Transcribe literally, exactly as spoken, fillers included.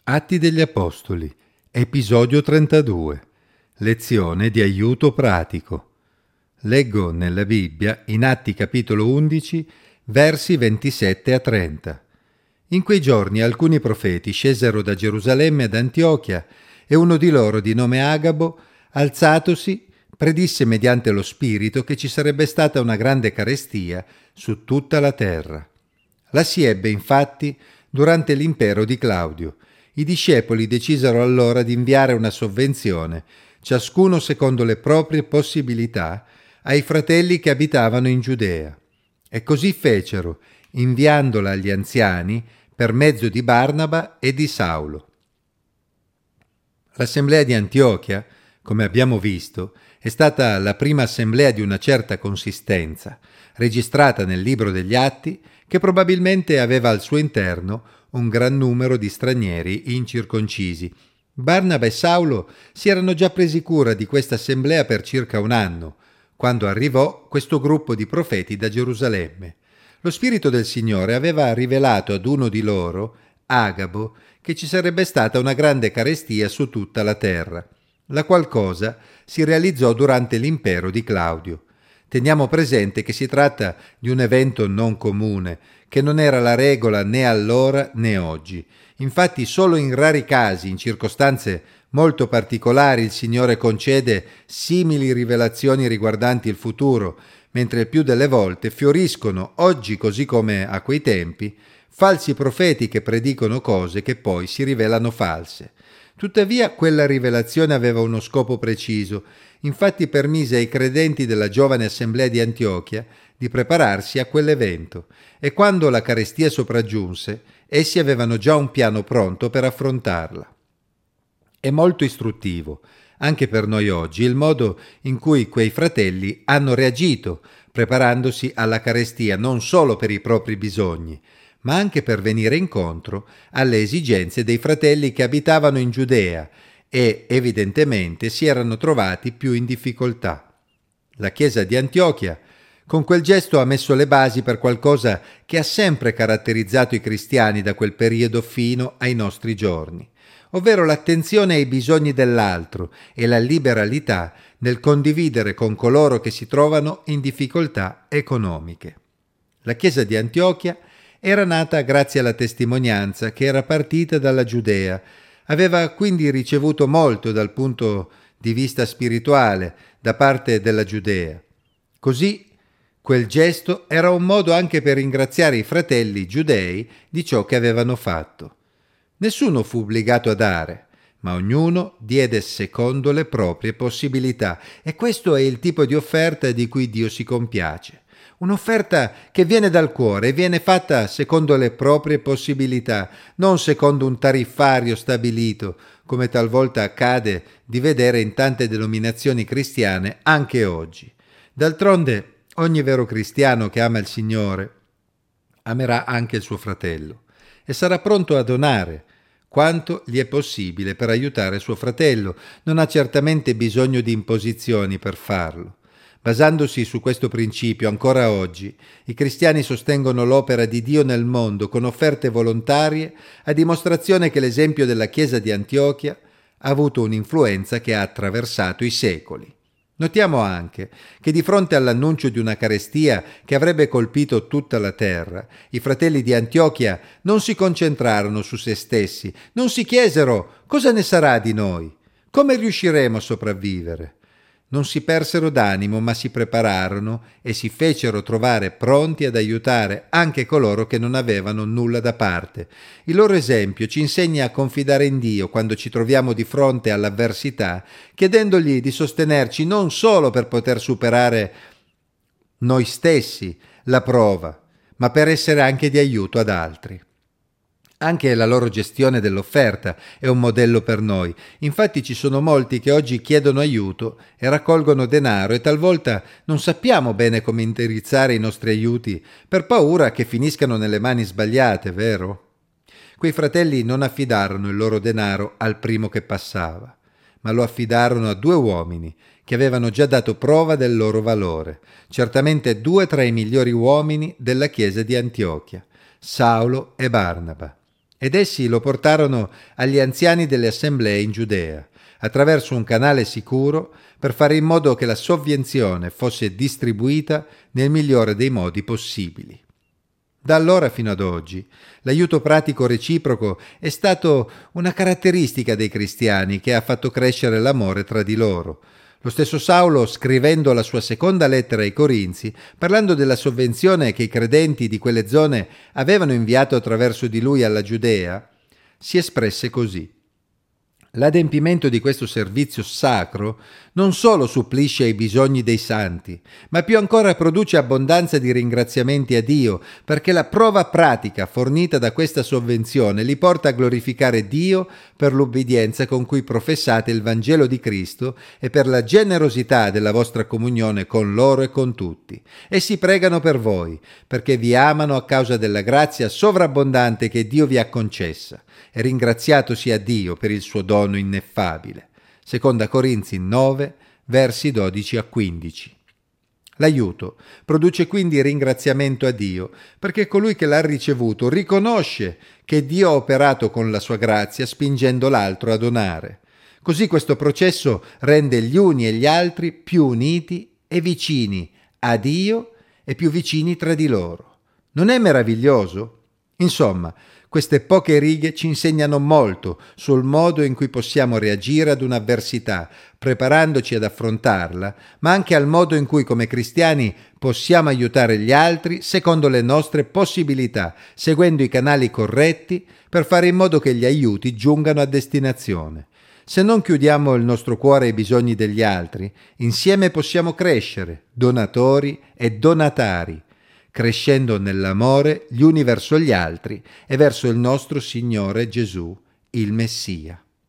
Atti degli Apostoli, episodio trentadue. Lezione di aiuto pratico. Leggo nella Bibbia, in Atti capitolo undici, versi ventisette a trenta. In quei giorni alcuni profeti scesero da Gerusalemme ad Antiochia e uno di loro, di nome Agabo, alzatosi, predisse mediante lo Spirito che ci sarebbe stata una grande carestia su tutta la terra. La si ebbe infatti durante l'impero di Claudio. I discepoli decisero allora di inviare una sovvenzione, ciascuno secondo le proprie possibilità, ai fratelli che abitavano in Giudea. E così fecero, inviandola agli anziani per mezzo di Barnaba e di Saulo. L'assemblea di Antiochia, come abbiamo visto, è stata la prima assemblea di una certa consistenza, registrata nel libro degli Atti, che probabilmente aveva al suo interno un gran numero di stranieri incirconcisi. Barnaba e Saulo si erano già presi cura di questa assemblea per circa un anno, quando arrivò questo gruppo di profeti da Gerusalemme. Lo Spirito del Signore aveva rivelato ad uno di loro, Agabo, che ci sarebbe stata una grande carestia su tutta la terra, la qual cosa si realizzò durante l'impero di Claudio. Teniamo presente che si tratta di un evento non comune, che non era la regola né allora né oggi. Infatti solo in rari casi, in circostanze molto particolari, il Signore concede simili rivelazioni riguardanti il futuro, mentre il più delle volte fioriscono, oggi così come a quei tempi, falsi profeti che predicono cose che poi si rivelano false. Tuttavia quella rivelazione aveva uno scopo preciso, infatti permise ai credenti della giovane assemblea di Antiochia di prepararsi a quell'evento, e quando la carestia sopraggiunse, essi avevano già un piano pronto per affrontarla. È molto istruttivo, anche per noi oggi, il modo in cui quei fratelli hanno reagito, preparandosi alla carestia non solo per i propri bisogni, ma anche per venire incontro alle esigenze dei fratelli che abitavano in Giudea e, evidentemente, si erano trovati più in difficoltà. La Chiesa di Antiochia, con quel gesto, ha messo le basi per qualcosa che ha sempre caratterizzato i cristiani da quel periodo fino ai nostri giorni, ovvero l'attenzione ai bisogni dell'altro e la liberalità nel condividere con coloro che si trovano in difficoltà economiche. La Chiesa di Antiochia era nata grazie alla testimonianza che era partita dalla Giudea, aveva quindi ricevuto molto dal punto di vista spirituale da parte della Giudea. Così quel gesto era un modo anche per ringraziare i fratelli giudei di ciò che avevano fatto. Nessuno fu obbligato a dare, ma ognuno diede secondo le proprie possibilità, e questo è il tipo di offerta di cui Dio si compiace. Un'offerta che viene dal cuore e viene fatta secondo le proprie possibilità, non secondo un tariffario stabilito, come talvolta accade di vedere in tante denominazioni cristiane anche oggi. D'altronde, ogni vero cristiano che ama il Signore amerà anche il suo fratello e sarà pronto a donare quanto gli è possibile per aiutare suo fratello. Non ha certamente bisogno di imposizioni per farlo. Basandosi su questo principio, ancora oggi, i cristiani sostengono l'opera di Dio nel mondo con offerte volontarie, a dimostrazione che l'esempio della Chiesa di Antiochia ha avuto un'influenza che ha attraversato i secoli. Notiamo anche che di fronte all'annuncio di una carestia che avrebbe colpito tutta la terra, i fratelli di Antiochia non si concentrarono su se stessi, non si chiesero cosa ne sarà di noi, come riusciremo a sopravvivere. Non si persero d'animo, ma si prepararono e si fecero trovare pronti ad aiutare anche coloro che non avevano nulla da parte. Il loro esempio ci insegna a confidare in Dio quando ci troviamo di fronte all'avversità, chiedendogli di sostenerci non solo per poter superare noi stessi la prova, ma per essere anche di aiuto ad altri. Anche la loro gestione dell'offerta è un modello per noi. Infatti ci sono molti che oggi chiedono aiuto e raccolgono denaro e talvolta non sappiamo bene come indirizzare i nostri aiuti per paura che finiscano nelle mani sbagliate, vero? Quei fratelli non affidarono il loro denaro al primo che passava, ma lo affidarono a due uomini che avevano già dato prova del loro valore, certamente due tra i migliori uomini della Chiesa di Antiochia, Saulo e Barnaba. ed essi lo portarono agli anziani delle assemblee in Giudea, attraverso un canale sicuro per fare in modo che la sovvenzione fosse distribuita nel migliore dei modi possibili. Da allora fino ad oggi, l'aiuto pratico reciproco è stato una caratteristica dei cristiani che ha fatto crescere l'amore tra di loro. Lo stesso Saulo, scrivendo la sua seconda lettera ai Corinzi, parlando della sovvenzione che i credenti di quelle zone avevano inviato attraverso di lui alla Giudea, si espresse così: l'adempimento di questo servizio sacro non solo supplisce ai bisogni dei santi, ma più ancora produce abbondanza di ringraziamenti a Dio, perché la prova pratica fornita da questa sovvenzione li porta a glorificare Dio per l'ubbidienza con cui professate il Vangelo di Cristo e per la generosità della vostra comunione con loro e con tutti. Essi pregano per voi, perché vi amano a causa della grazia sovrabbondante che Dio vi ha concessa, e ringraziato sia Dio per il suo dono ineffabile. Seconda Corinzi nove, versi dodici a quindici. L'aiuto produce quindi ringraziamento a Dio, perché colui che l'ha ricevuto riconosce che Dio ha operato con la sua grazia spingendo l'altro a donare. Così questo processo rende gli uni e gli altri più uniti e vicini a Dio e più vicini tra di loro. Non è meraviglioso? Insomma, queste poche righe ci insegnano molto sul modo in cui possiamo reagire ad un'avversità, preparandoci ad affrontarla, ma anche al modo in cui come cristiani possiamo aiutare gli altri secondo le nostre possibilità, seguendo i canali corretti per fare in modo che gli aiuti giungano a destinazione. Se non chiudiamo il nostro cuore ai bisogni degli altri, insieme possiamo crescere, donatori e donatari, crescendo nell'amore gli uni verso gli altri e verso il nostro Signore Gesù, il Messia.